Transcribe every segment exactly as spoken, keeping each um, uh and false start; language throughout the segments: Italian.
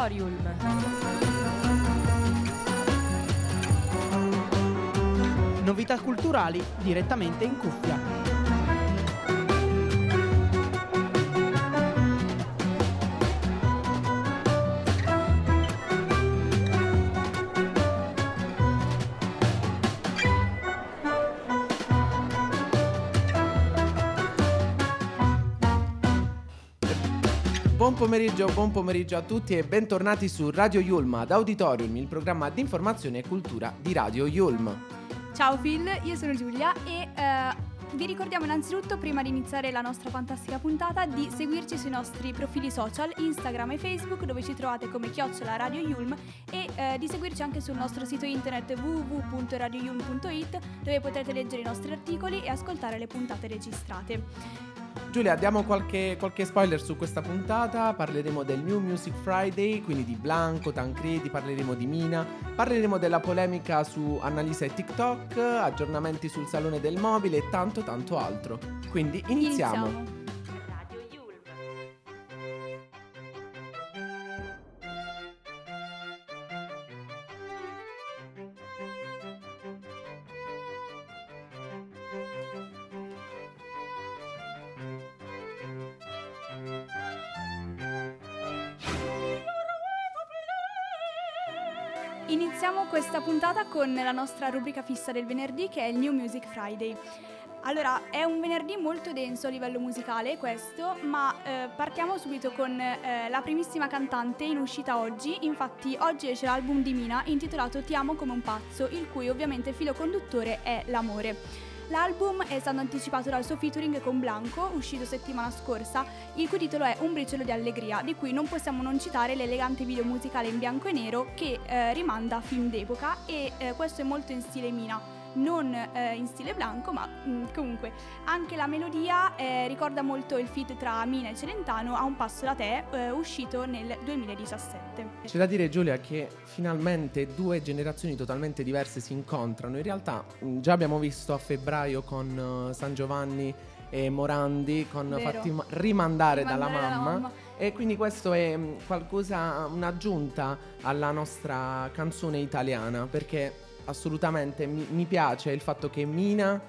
Auditorium. Novità culturali direttamente in cuffia. Buon pomeriggio, buon pomeriggio a tutti e bentornati su Radio Yulm ad Auditorium, il programma di informazione e cultura di Radio Yulm. Ciao Phil, io sono Giulia e uh, vi ricordiamo innanzitutto, prima di iniziare la nostra fantastica puntata, di seguirci sui nostri profili social, Instagram e Facebook, dove ci trovate come chiocciola Radio Yulm, e uh, di seguirci anche sul nostro sito internet w w w punto radio yulm punto i t, dove potrete leggere i nostri articoli e ascoltare le puntate registrate. Giulia, diamo qualche, qualche spoiler su questa puntata. Parleremo del New Music Friday, quindi di Blanco, Tancredi, parleremo di Mina, parleremo della polemica su Annalisa e TikTok, aggiornamenti sul Salone del Mobile e tanto tanto altro. Quindi iniziamo, iniziamo. Iniziamo questa puntata con la nostra rubrica fissa del venerdì, che è il New Music Friday. Allora, è un venerdì molto denso a livello musicale questo, ma eh, partiamo subito con eh, la primissima cantante in uscita oggi. Infatti oggi esce l'album di Mina intitolato Ti amo come un pazzo, il cui ovviamente filo conduttore è l'amore. L'album è stato anticipato dal suo featuring con Blanco, uscito settimana scorsa, il cui titolo è Un briciolo di allegria, di cui non possiamo non citare l'elegante video musicale in bianco e nero che eh, rimanda a film d'epoca, e eh, questo è molto in stile Mina. Non eh, in stile Blanco, ma mh, comunque anche la melodia eh, ricorda molto il feat tra Mina e Celentano, A un passo da te, eh, uscito nel duemiladiciassette. C'è da dire, Giulia, che finalmente due generazioni totalmente diverse si incontrano. In realtà mh, già abbiamo visto a febbraio con uh, San Giovanni e Morandi, con Vero. Fatti ma- rimandare, rimandare dalla, mamma, dalla mamma. E quindi questo è mh, qualcosa, un'aggiunta alla nostra canzone italiana, perché assolutamente mi, mi piace il fatto che Mina,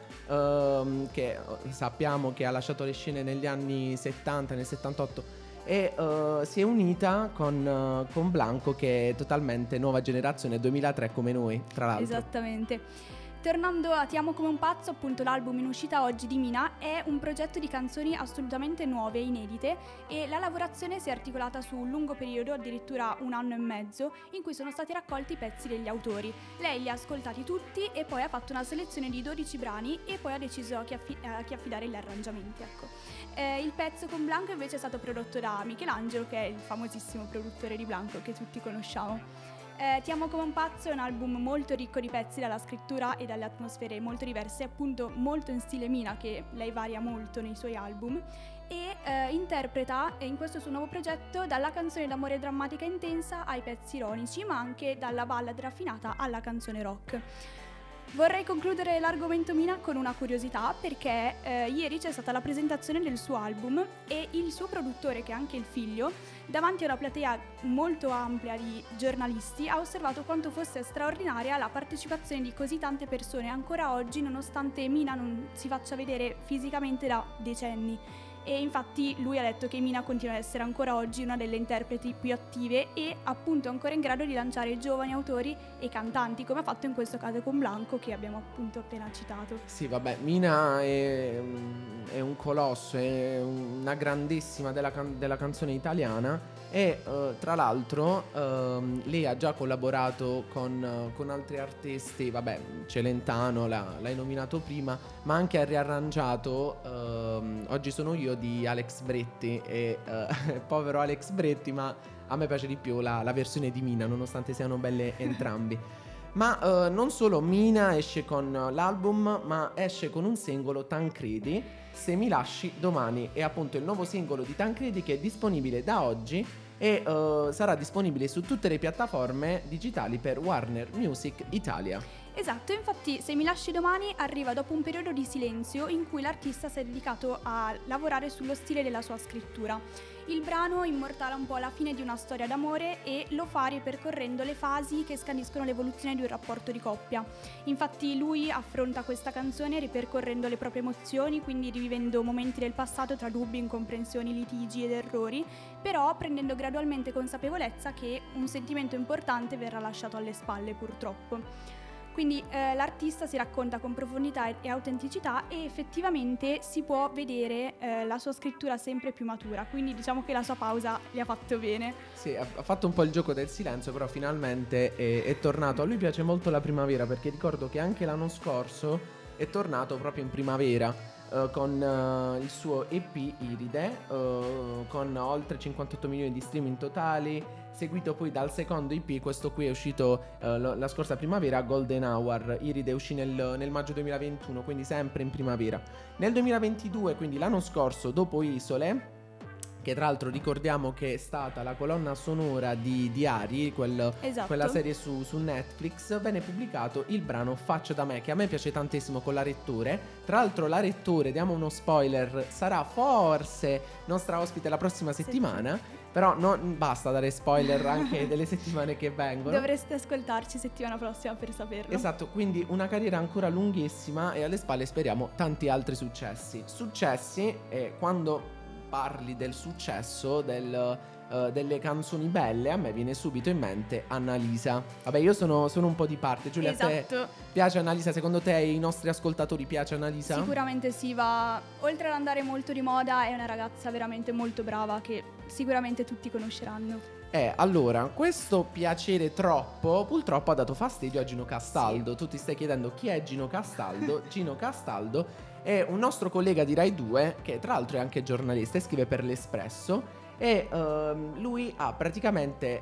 ehm, che sappiamo che ha lasciato le scene negli anni settanta, nel settantotto, e uh, si è unita con, uh, con Blanco, che è totalmente nuova generazione, duemilatré come noi, tra l'altro. Esattamente. Tornando a Ti amo come un pazzo, appunto l'album in uscita oggi di Mina è un progetto di canzoni assolutamente nuove e inedite, e la lavorazione si è articolata su un lungo periodo, addirittura un anno e mezzo, in cui sono stati raccolti i pezzi degli autori. Lei li ha ascoltati tutti e poi ha fatto una selezione di dodici brani e poi ha deciso a chi, affi- a chi affidare gli arrangiamenti, ecco. Eh, il pezzo con Blanco invece è stato prodotto da Michelangelo, che è il famosissimo produttore di Blanco che tutti conosciamo. Eh, Ti amo come un pazzo è un album molto ricco di pezzi dalla scrittura e dalle atmosfere molto diverse, appunto molto in stile Mina, che lei varia molto nei suoi album, e eh, interpreta in questo suo nuovo progetto dalla canzone d'amore drammatica e intensa ai pezzi ironici, ma anche dalla ballad raffinata alla canzone rock. Vorrei concludere l'argomento Mina con una curiosità, perché eh, ieri c'è stata la presentazione del suo album e il suo produttore, che è anche il figlio, davanti a una platea molto ampia di giornalisti, ha osservato quanto fosse straordinaria la partecipazione di così tante persone ancora oggi, nonostante Mina non si faccia vedere fisicamente da decenni. E infatti lui ha detto che Mina continua ad essere ancora oggi una delle interpreti più attive e appunto ancora in grado di lanciare giovani autori e cantanti, come ha fatto in questo caso con Blanco, che abbiamo appunto appena citato. Sì, vabbè, Mina è, è un colosso, è una grandissima della, can- della canzone italiana, e uh, tra l'altro uh, lei ha già collaborato con, uh, con altri artisti. Vabbè, Celentano l'ha, l'hai nominato prima, ma anche ha riarrangiato uh, Oggi sono io di Alex Bretti, e uh, povero Alex Bretti, ma a me piace di più la, la versione di Mina, nonostante siano belle entrambi. Ma uh, non solo Mina esce con l'album, ma esce con un singolo, Tancredi, Se mi lasci domani. È appunto il nuovo singolo di Tancredi, che è disponibile da oggi e uh, sarà disponibile su tutte le piattaforme digitali per Warner Music Italia. Esatto, infatti Se mi lasci domani arriva dopo un periodo di silenzio in cui l'artista si è dedicato a lavorare sullo stile della sua scrittura. Il brano immortala un po' la fine di una storia d'amore e lo fa ripercorrendo le fasi che scandiscono l'evoluzione di un rapporto di coppia. Infatti lui affronta questa canzone ripercorrendo le proprie emozioni, quindi rivivendo momenti del passato tra dubbi, incomprensioni, litigi ed errori, però prendendo gradualmente consapevolezza che un sentimento importante verrà lasciato alle spalle purtroppo. Quindi eh, l'artista si racconta con profondità e autenticità e effettivamente si può vedere eh, la sua scrittura sempre più matura, quindi diciamo che la sua pausa gli ha fatto bene. Sì, ha, ha fatto un po' il gioco del silenzio, però finalmente è, è tornato. A lui piace molto la primavera, perché ricordo che anche l'anno scorso è tornato proprio in primavera. Uh, con uh, il suo E P Iride, uh, con oltre cinquantotto milioni di streaming totali, seguito poi dal secondo E P, questo qui è uscito uh, lo, la scorsa primavera, Golden Hour. Iride uscì nel, nel maggio duemilaventuno, quindi sempre in primavera. Nel duemilaventidue, quindi l'anno scorso, dopo Isole, che tra l'altro ricordiamo che è stata la colonna sonora di Diari, quel, esatto. quella serie su, su Netflix, venne pubblicato il brano Faccio da me, che a me piace tantissimo, con la Rettore. Tra l'altro la Rettore, diamo uno spoiler, sarà forse nostra ospite la prossima settimana, sì. Però non basta dare spoiler anche delle settimane che vengono. Dovreste ascoltarci settimana prossima per saperlo. Esatto, quindi una carriera ancora lunghissima e alle spalle speriamo tanti altri successi. Successi e quando parli del successo, del, uh, delle canzoni belle, a me viene subito in mente Annalisa. Vabbè, io sono, sono un po' di parte. Giulia, esatto. a te piace Annalisa? Secondo te ai nostri ascoltatori piace Annalisa? Sicuramente sì, va, oltre ad andare molto di moda, è una ragazza veramente molto brava che sicuramente tutti conosceranno. Eh, allora, questo piacere troppo purtroppo ha dato fastidio a Gino Castaldo. Sì. Tu ti stai chiedendo chi è Gino Castaldo? Gino Castaldo è un nostro collega di Rai due, che tra l'altro è anche giornalista e scrive per l'Espresso, e uh, lui ha praticamente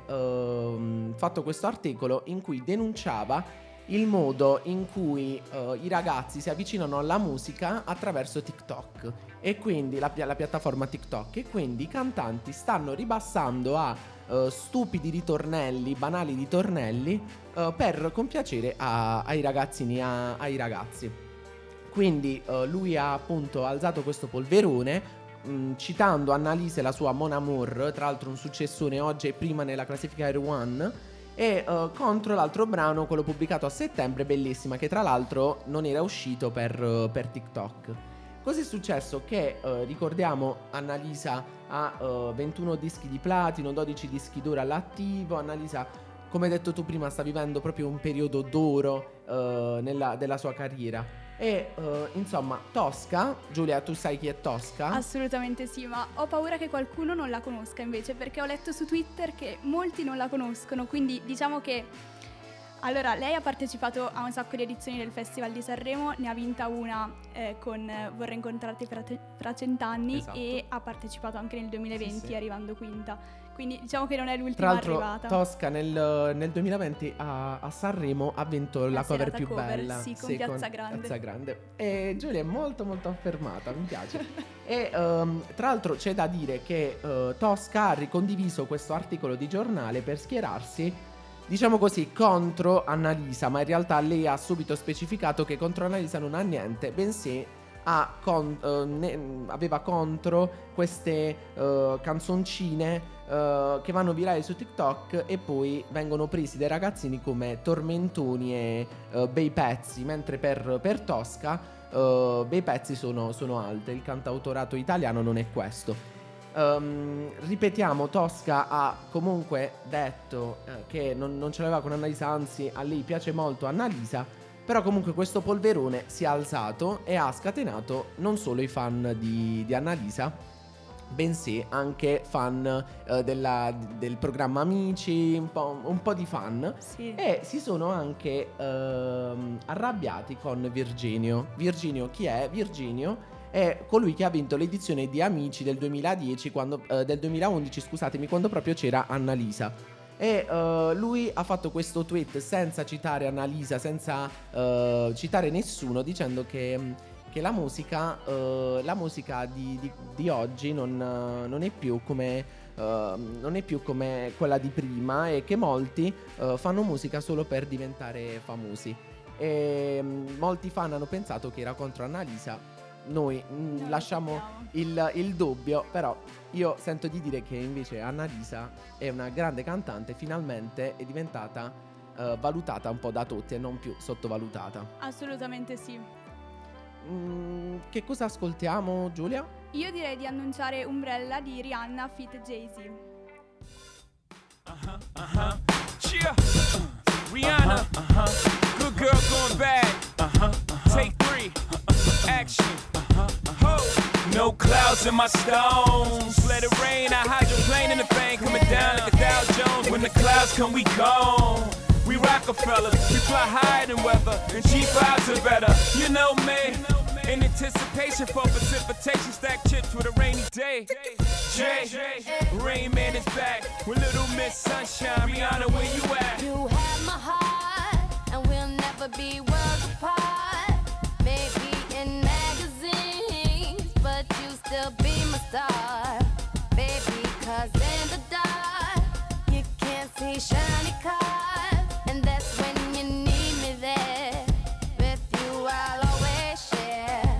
uh, fatto questo articolo in cui denunciava il modo in cui uh, i ragazzi si avvicinano alla musica attraverso TikTok, e quindi la, la piattaforma TikTok, e quindi i cantanti stanno ribassando a uh, stupidi ritornelli, banali ritornelli, uh, per compiacere a, ai ragazzini, a, ai ragazzi. Quindi uh, lui ha appunto alzato questo polverone, mh, citando Annalisa e la sua Mon Amour, tra l'altro un successone, oggi è prima nella classifica Air One, e uh, contro l'altro brano, quello pubblicato a settembre, Bellissima, che tra l'altro non era uscito per, uh, per TikTok. Cos'è successo? Che uh, ricordiamo, Annalisa ha uh, ventuno dischi di platino, dodici dischi d'oro all'attivo. Annalisa, come hai detto tu prima, sta vivendo proprio un periodo d'oro uh, nella, della sua carriera. E uh, insomma, Tosca, Giulia, tu sai chi è Tosca? Assolutamente sì, ma ho paura che qualcuno non la conosca invece, perché ho letto su Twitter che molti non la conoscono, quindi diciamo che... Allora, lei ha partecipato a un sacco di edizioni del Festival di Sanremo, ne ha vinta una eh, con eh, Vorrei incontrarti fra, te- fra cent'anni, esatto. E ha partecipato anche nel duemilaventi, sì, sì. arrivando quinta. Quindi diciamo che non è l'ultima arrivata. Tra l'altro, arrivata. Tosca nel, nel duemilaventi a, a Sanremo ha vinto la, la cover più cover, bella. Sì, con sì, Piazza con Grande. Piazza Grande. E Giulia è molto molto affermata, mi piace. E um, tra l'altro c'è da dire che uh, Tosca ha ricondiviso questo articolo di giornale per schierarsi, diciamo così, contro Annalisa, ma in realtà lei ha subito specificato che contro Annalisa non ha niente, bensì ha con, uh, ne, aveva contro queste uh, canzoncine uh, che vanno virali su TikTok e poi vengono presi dai ragazzini come tormentoni e uh, bei pezzi, mentre per, per Tosca uh, bei pezzi sono, sono alte. Il cantautorato italiano non è questo. Um, ripetiamo, Tosca ha comunque detto eh, che non, non ce l'aveva con Annalisa, anzi a lei piace molto Annalisa, però comunque questo polverone si è alzato e ha scatenato non solo i fan di, di Annalisa, bensì anche fan eh, della, del programma Amici, un po', un po' di fan, sì. E si sono anche ehm, arrabbiati con Virginio. Virginio chi è? Virginio è colui che ha vinto l'edizione di Amici del duemiladieci, quando, eh, del duemilaundici, scusatemi, quando proprio c'era Annalisa. E uh, lui ha fatto questo tweet senza citare Annalisa, senza uh, citare nessuno, dicendo che, che la musica, uh, la musica di, di, di oggi non, uh, non è più come uh, non è più come quella di prima, e che molti uh, fanno musica solo per diventare famosi. e mh, molti fan hanno pensato che era contro Annalisa. Noi mh, Non lasciamo lo sappiamo. il, il dubbio, però io sento di dire che invece Annalisa è una grande cantante, finalmente è diventata eh, valutata un po' da tutti e non più sottovalutata. Assolutamente sì. Mm, che cosa ascoltiamo, Giulia? Io direi di annunciare Umbrella di Rihanna feat. Jay-Z. Uh-huh. Cheer. Uh, Rihanna. Uh-huh. Good girl going bad. Uh-huh. Take three. Action. Ho. No clouds in my stones. Let it rain. I hydroplane in the thing coming down like a Dow Jones. When the clouds come, we gone. We Rockefellers. We fly higher than weather, and G fives are better. You know me. In anticipation for precipitation, stack chips with a rainy day. Jay, Rain Man is back with Little Miss Sunshine. Rihanna, where you at? You have my heart, and we'll never be worlds apart. Maybe in magazines, but you still be my star, baby. 'Cause in the dark, you can't see shiny cars, and that's when you need me there. With you, I'll always share.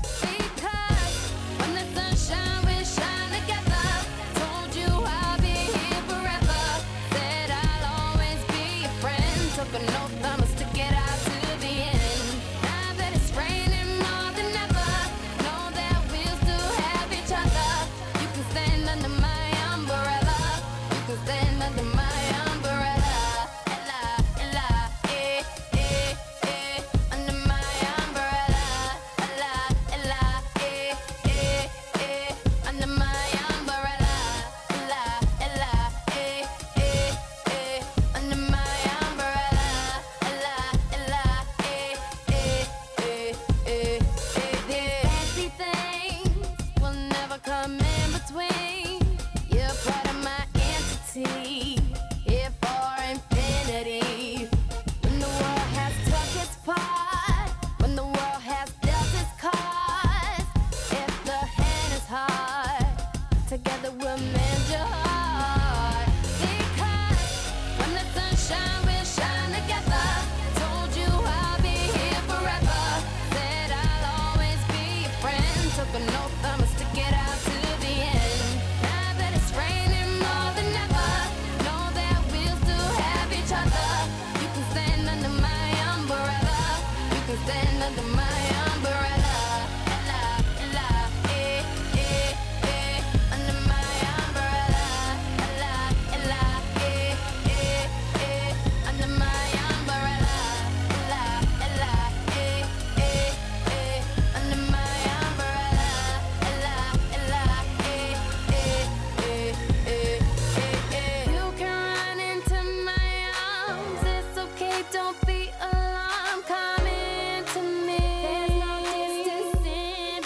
Because when the sunshine will shine together, told you I'll be here forever. Said I'll always be your friend. Took an oath, I'ma stick it out to the end. Now that it's raining more than ever, know that we'll still have each other. You can stand under my umbrella. You can stand under my umbrella. Ella, ella, eh, eh, eh, under my umbrella. Ella, ella, eh, eh, eh, under my umbrella. Ella, ella, eh, eh, eh, under my umbrella. Ella, ella, eh, eh, eh, eh, eh, eh. Fancy things will never come in between. You're part of my entity, here for infinity. When the world has took its part, when the world has dealt its cards, if the hand is hard, together we'll mend your heart. Because when the sunshine will shine together, told you I'll be here forever. Said I'll always be your friend. Took an oath, I'ma stick it out to the end. Now that it's raining more than ever, know that we'll still have each other. You can stand under my umbrella. You can stand under my umbrella. Ella, ella, eh, eh, eh, under my umbrella. Ella, ella, eh, eh, eh, under my umbrella. Ella, ella, eh, eh, eh, under my umbrella. Ella, ella, eh, eh, eh, eh, eh, eh. You can run into my arms. It's okay, don't be alarmed. Come into me. There's no distance in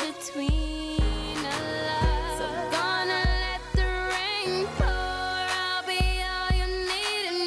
between us. So gonna let the rain pour. I'll be all you need and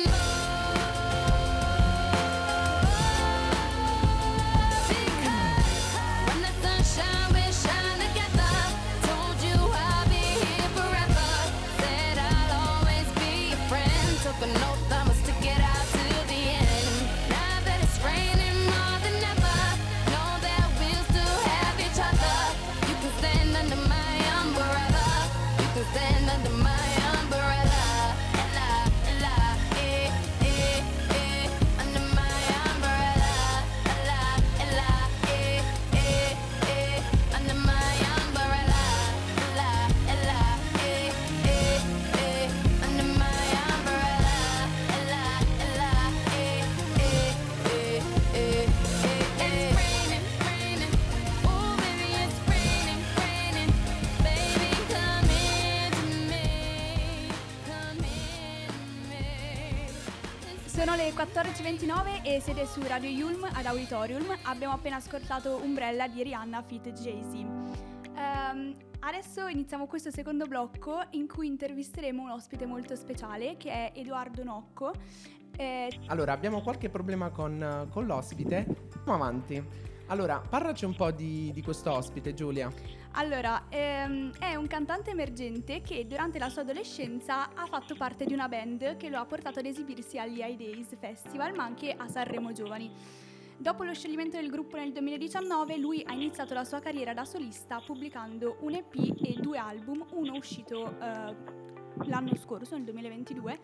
more. Because when the sunshine will shine together, told you I'll be here forever. Said I'll always be your friend. Took an oath, I'ma stick it out to the end. Now that it's raining more than ever, know that we'll still have each other. You can stand under my umbrella. You can stand under my umbrella. Ella, ella, eh, eh, eh, under my umbrella. Ella, ella, eh, eh, eh, under my umbrella. Ella, ella, eh, eh, eh, under my umbrella. Ella, ella, eh, eh, eh, eh, eh, eh. It's raining, raining. Oh, baby, it's raining, raining. Baby, come into me. Come into me. Sono le quattordici e ventinove e siete su Radio Yulm ad Auditorium. Abbiamo appena ascoltato Umbrella di Rihanna feat. Jay-Z. Ehm, adesso iniziamo questo secondo blocco in cui intervisteremo un ospite molto speciale che è Edoardo Nocco. Eh, Allora, abbiamo qualche problema con, con l'ospite. Andiamo avanti. Allora, parlaci un po' di, di questo ospite, Giulia. Allora, ehm, è un cantante emergente che durante la sua adolescenza ha fatto parte di una band che lo ha portato ad esibirsi agli I Days Festival, ma anche a Sanremo Giovani. Dopo lo scioglimento del gruppo nel duemiladiciannove, lui ha iniziato la sua carriera da solista pubblicando un E P e due album, uno uscito eh, l'anno scorso, nel duemilaventidue,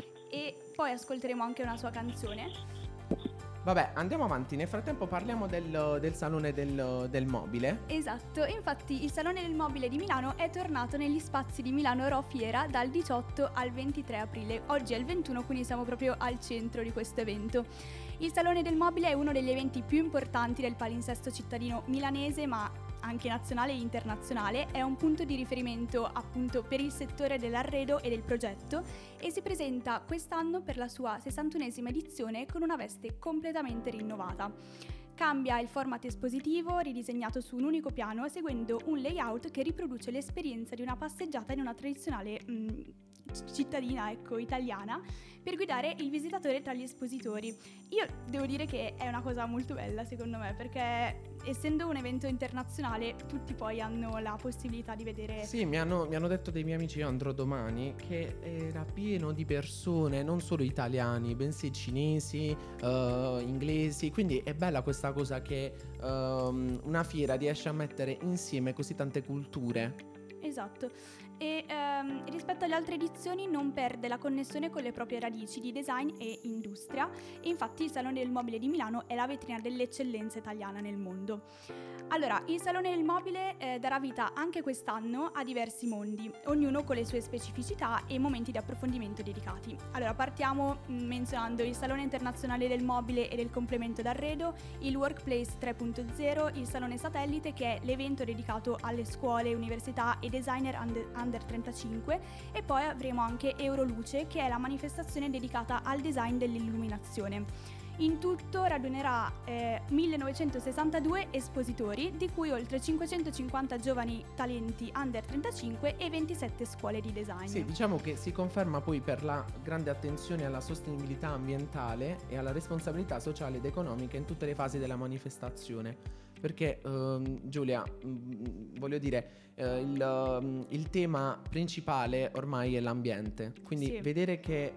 e poi ascolteremo anche una sua canzone. Vabbè, andiamo avanti. Nel frattempo parliamo del, del Salone del, del Mobile. Esatto, infatti il Salone del Mobile di Milano è tornato negli spazi di Milano Raw Fiera dal diciotto al ventitré aprile. Oggi è il ventuno, quindi siamo proprio al centro di questo evento. Il Salone del Mobile è uno degli eventi più importanti del palinsesto cittadino milanese, ma anche nazionale e internazionale. È un punto di riferimento appunto per il settore dell'arredo e del progetto e si presenta quest'anno per la sua sessantunesima edizione con una veste completamente rinnovata. Cambia il format espositivo, ridisegnato su un unico piano, seguendo un layout che riproduce l'esperienza di una passeggiata in una tradizionale mh, cittadina, ecco, italiana, per guidare il visitatore tra gli espositori. Io devo dire che è una cosa molto bella secondo me, perché essendo un evento internazionale tutti poi hanno la possibilità di vedere. Sì, mi hanno, mi hanno detto dei miei amici, io andrò domani, che era pieno di persone, non solo italiani, bensì cinesi, uh, inglesi, quindi è bella questa cosa che um, una fiera riesce a mettere insieme così tante culture. Esatto. E ehm, rispetto alle altre edizioni non perde la connessione con le proprie radici di design e industria, e infatti il Salone del Mobile di Milano è la vetrina dell'eccellenza italiana nel mondo. Allora, il Salone del Mobile eh, darà vita anche quest'anno a diversi mondi, ognuno con le sue specificità e momenti di approfondimento dedicati. Allora, partiamo mh, menzionando il Salone Internazionale del Mobile e del Complemento d'Arredo, il Workplace tre punto zero, il Salone Satellite, che è l'evento dedicato alle scuole, università e designer under, under trentacinque, e poi avremo anche Euroluce, che è la manifestazione dedicata al design dell'illuminazione. In tutto radunerà eh, millenovecentosessantadue espositori, di cui oltre cinquecentocinquanta giovani talenti under trentacinque e ventisette scuole di design. Sì, diciamo che si conferma poi per la grande attenzione alla sostenibilità ambientale e alla responsabilità sociale ed economica in tutte le fasi della manifestazione. Perché ehm, Giulia, mh, voglio dire, eh, il, um, il tema principale ormai è l'ambiente. Quindi Sì. vedere che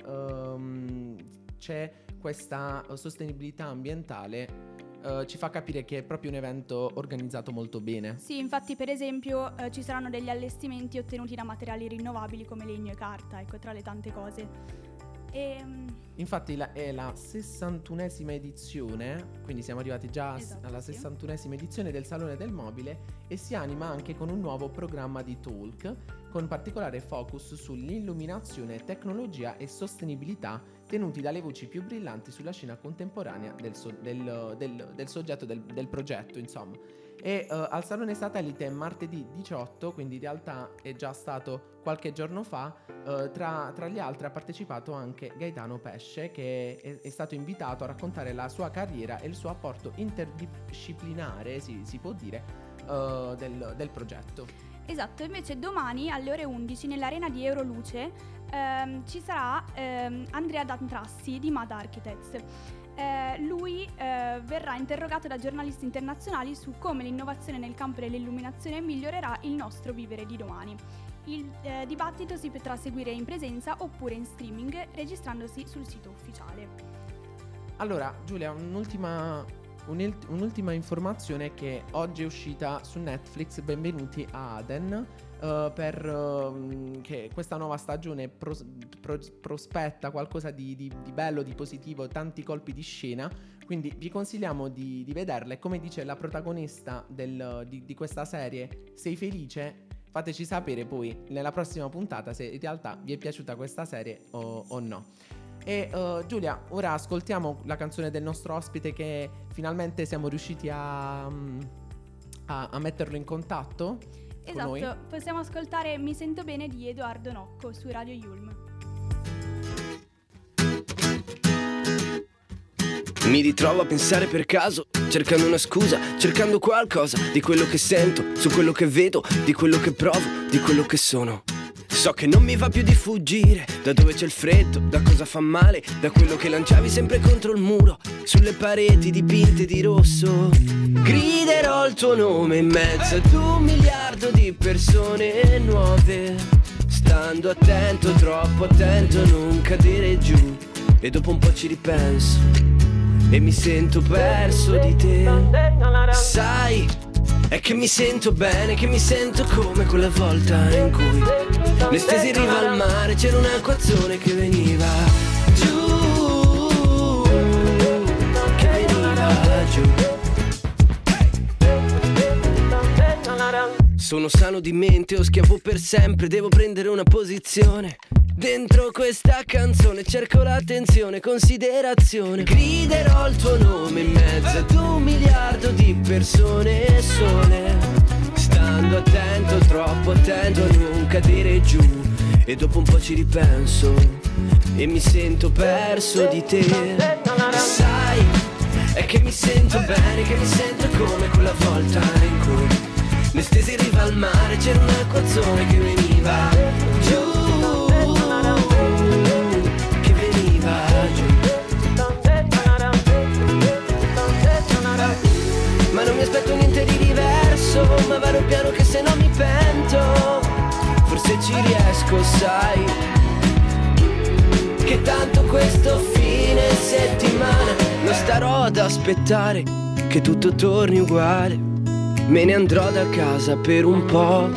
um, c'è questa sostenibilità ambientale uh, ci fa capire che è proprio un evento organizzato molto bene. Sì, infatti per esempio eh, ci saranno degli allestimenti ottenuti da materiali rinnovabili come legno e carta, ecco, tra le tante cose. E, Infatti la, è la sessantunesima edizione, quindi siamo arrivati già Esatto, alla sì. sessantunesima edizione del Salone del Mobile, e si anima anche con un nuovo programma di talk con particolare focus sull'illuminazione, tecnologia e sostenibilità, tenuti dalle voci più brillanti sulla scena contemporanea del, so- del, del, del soggetto del, del progetto, insomma. E uh, al Salone Satellite martedì diciotto, quindi in realtà è già stato qualche giorno fa, uh, tra, tra gli altri ha partecipato anche Gaetano Pesce, che è, è stato invitato a raccontare la sua carriera e il suo apporto interdisciplinare, si, si può dire, uh, del, del progetto. Esatto, invece domani alle ore undici nell'arena di Euroluce ehm, ci sarà ehm, Andrea D'Antrassi di Mad Architects. Eh, lui eh, verrà interrogato da giornalisti internazionali su come l'innovazione nel campo dell'illuminazione migliorerà il nostro vivere di domani. Il eh, dibattito si potrà seguire in presenza oppure in streaming registrandosi sul sito ufficiale. Allora, Giulia, un'ultima, un'ult- un'ultima informazione è che oggi è uscita su Netflix Benvenuti a Aden, uh, per uh, che questa nuova stagione pros- pro- prospetta qualcosa di, di, di bello, di positivo, tanti colpi di scena, quindi vi consigliamo di, di vederla. E come dice la protagonista del, di, di questa serie, sei felice? Fateci sapere poi nella prossima puntata se in realtà vi è piaciuta questa serie o, o no. E uh, Giulia, ora ascoltiamo la canzone del nostro ospite, che finalmente siamo riusciti a, a, a metterlo in contatto con noi. Esatto, possiamo ascoltare Mi sento bene di Edoardo Nocco su Radio Yulm. Mi ritrovo a pensare per caso, cercando una scusa, cercando qualcosa di quello che sento, su quello che vedo, di quello che provo, di quello che sono. So che non mi va più di fuggire da dove c'è il freddo, da cosa fa male, da quello che lanciavi sempre contro il muro, sulle pareti dipinte di rosso. Griderò il tuo nome in mezzo ad un miliardo di persone nuove, stando attento, troppo attento a non cadere giù. E dopo un po' ci ripenso, e mi sento perso di te. Sai, è che mi sento bene, che mi sento come quella volta in cui noi stesi in riva al mare, c'era un acquazzone che veniva giù, che veniva giù. Sono sano di mente o schiavo per sempre, devo prendere una posizione dentro questa canzone, cerco l'attenzione, considerazione. Griderò il tuo nome in mezzo ad un miliardo di persone sole, stando attento, troppo attento a non cadere giù. E dopo un po' ci ripenso e mi sento perso di te. Sai, è che mi sento bene, che mi sento come quella volta in cui noi stesi in riva al mare, c'era un acquazzone che veniva giù, che veniva giù. Ma non mi aspetto niente di diverso, ma vado piano che se no mi pento. Forse ci riesco, sai, che tanto questo fine settimana non starò ad aspettare che tutto torni uguale. Me ne andrò da casa per un po'.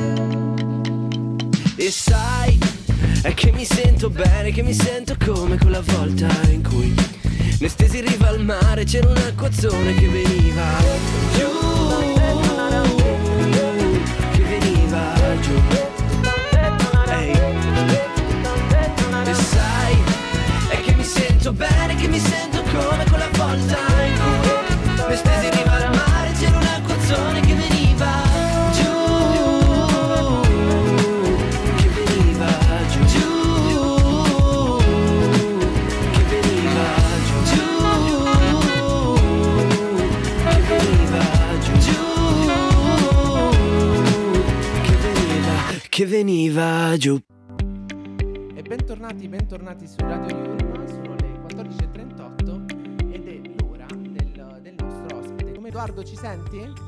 E sai, è che mi sento bene, che mi sento come quella volta in cui noi stesi in riva al mare, c'era un acquazzone che veniva giù, che veniva giù. Ehi. E sai, è che mi sento bene, che mi sento come quella volta in cui noi stesi in riva al mare, c'era un acquazzone che veniva giù, che veniva giù, giù, che veniva giù, giù, che veniva giù, giù, che veniva, che veniva giù. E bentornati, bentornati su Radio Yulm, sono le quattordici e trentotto ed è l'ora del, del nostro ospite. Come Edoardo, ci senti?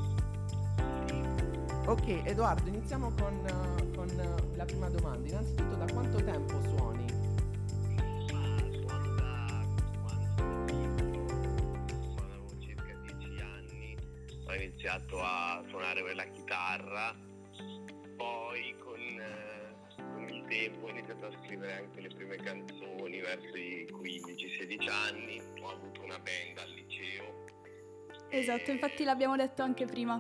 Ok, Edoardo, iniziamo con, uh, con uh, la prima domanda. Innanzitutto, da quanto tempo suoni? Ma suono da quando suono, avevo circa dieci anni. Ho iniziato a suonare per la chitarra, poi con, eh, con il tempo ho iniziato a scrivere anche le prime canzoni verso i quindici sedici anni. Ho avuto una band al liceo. Esatto, e- infatti l'abbiamo detto anche prima.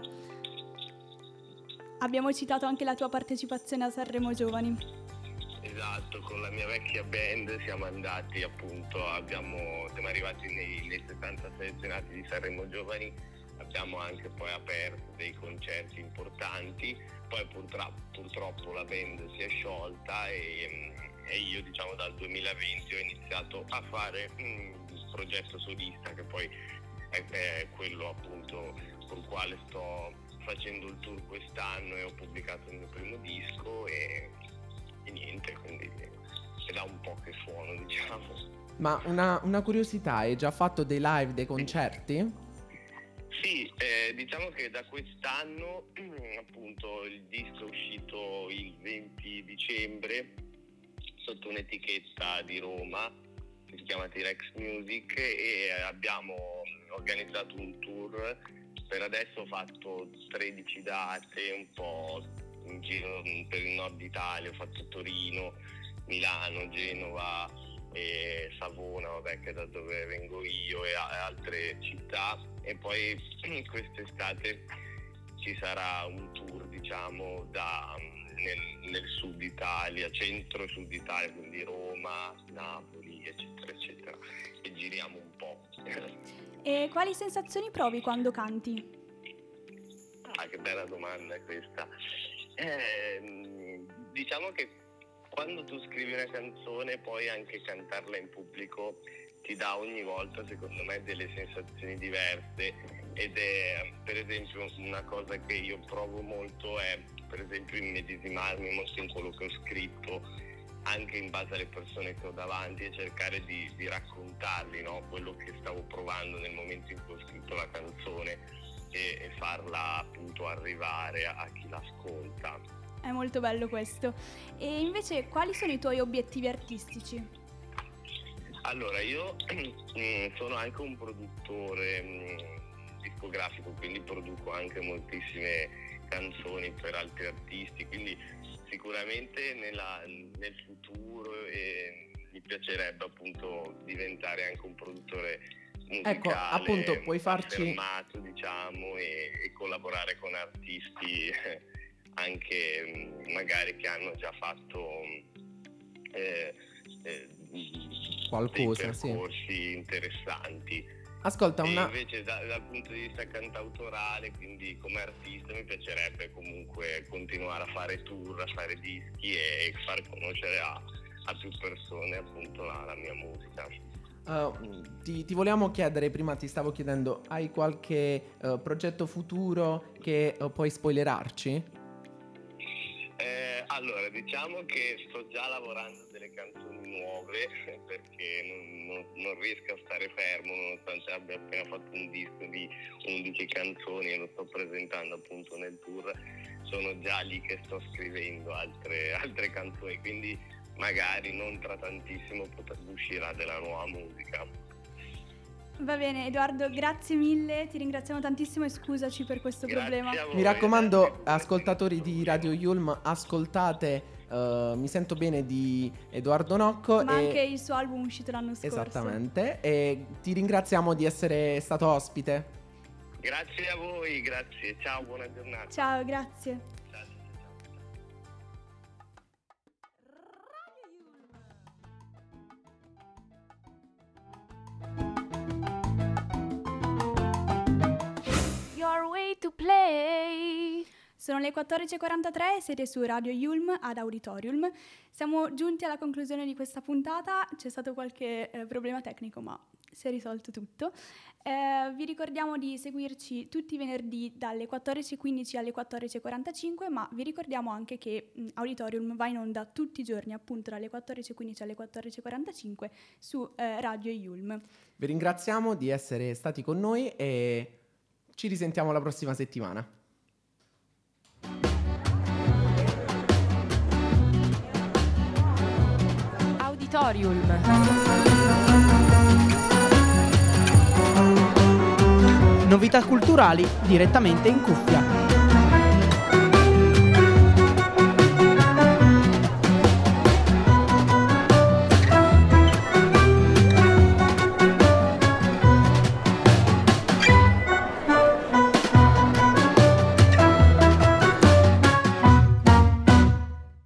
Abbiamo citato anche la tua partecipazione a Sanremo Giovani. Esatto, con la mia vecchia band siamo andati appunto, abbiamo, siamo arrivati nei, nei settanta selezionati di Sanremo Giovani, abbiamo anche poi aperto dei concerti importanti, poi purtroppo, purtroppo la band si è sciolta e, e io diciamo dal duemilaventi ho iniziato a fare un progetto solista che poi è, è quello appunto col quale sto facendo il tour quest'anno e ho pubblicato il mio primo disco e, e niente, quindi è da un po' che suono, diciamo. Ma una, una curiosità, hai già fatto dei live, dei concerti? Sì, eh, diciamo che da quest'anno appunto il disco è uscito il venti dicembre sotto un'etichetta di Roma che si chiama T-Rex Music e abbiamo organizzato un tour. Per adesso ho fatto tredici date, un po' in giro per il nord Italia, ho fatto Torino, Milano, Genova e Savona, vabbè, che è da dove vengo io, e a- altre città. E poi quest'estate ci sarà un tour, diciamo, da, nel, nel sud Italia, centro e sud Italia, quindi Roma, Napoli, eccetera, eccetera. E giriamo un po'. E quali sensazioni provi quando canti? Ah, che bella domanda è questa. Eh, diciamo che quando tu scrivi una canzone, poi anche cantarla in pubblico ti dà ogni volta, secondo me, delle sensazioni diverse. Ed è, per esempio, una cosa che io provo molto è, per esempio, immedesimarmi molto in quello che ho scritto, anche in base alle persone che ho davanti, e cercare di, di raccontarli, no? Quello che stavo provando nel momento in cui ho scritto la canzone e, e farla appunto arrivare a, a chi l'ascolta. È molto bello questo. E invece quali sono i tuoi obiettivi artistici? Allora, io mm, sono anche un produttore mm, discografico, quindi produco anche moltissime canzoni per altri artisti, quindi sicuramente nella, nel futuro eh, mi piacerebbe appunto diventare anche un produttore musicale, Ecco, appunto, puoi farci affermato, diciamo, e, e collaborare con artisti anche mh, magari che hanno già fatto eh, eh, qualcosa, dei sì. percorsi interessanti. Ascolta, E una... invece da- dal punto di vista cantautorale, quindi come artista, mi piacerebbe comunque continuare a fare tour, a fare dischi e far conoscere a, a più persone appunto la, la mia musica. Uh, ti, ti volevamo chiedere, prima ti stavo chiedendo, hai qualche uh, progetto futuro che uh, puoi spoilerarci? Eh, allora, diciamo che sto già lavorando delle canzoni nuove perché non, non- non riesco a stare fermo nonostante abbia appena fatto un disco di undici canzoni e lo sto presentando appunto nel tour. Sono già lì che sto scrivendo altre, altre canzoni, quindi magari non tra tantissimo pot- uscirà della nuova musica. Va bene, Edoardo, grazie mille, ti ringraziamo tantissimo e scusaci per questo Grazie problema. a voi, Mi raccomando, ragazzi. ascoltatori di Radio Yulm, ascoltate uh, Mi sento bene di Edoardo Nocco. Ma e... anche il suo album uscito l'anno scorso. Esattamente, e ti ringraziamo di essere stato ospite. Grazie a voi, grazie, ciao, buona giornata. Ciao, grazie. Ciao, ciao, ciao. Your way to play. Sono le quattordici e quarantatré e siete su Radio Yulm ad Auditorium. Siamo giunti alla conclusione di questa puntata, c'è stato qualche eh, problema tecnico ma si è risolto tutto. Eh, vi ricordiamo di seguirci tutti i venerdì dalle quattordici e quindici alle quattordici e quarantacinque, ma vi ricordiamo anche che mh, Auditorium va in onda tutti i giorni appunto dalle quattordici e quindici alle quattordici e quarantacinque su eh, Radio Yulm. Vi ringraziamo di essere stati con noi e ci risentiamo la prossima settimana. Auditorium. Novità culturali direttamente in cuffia.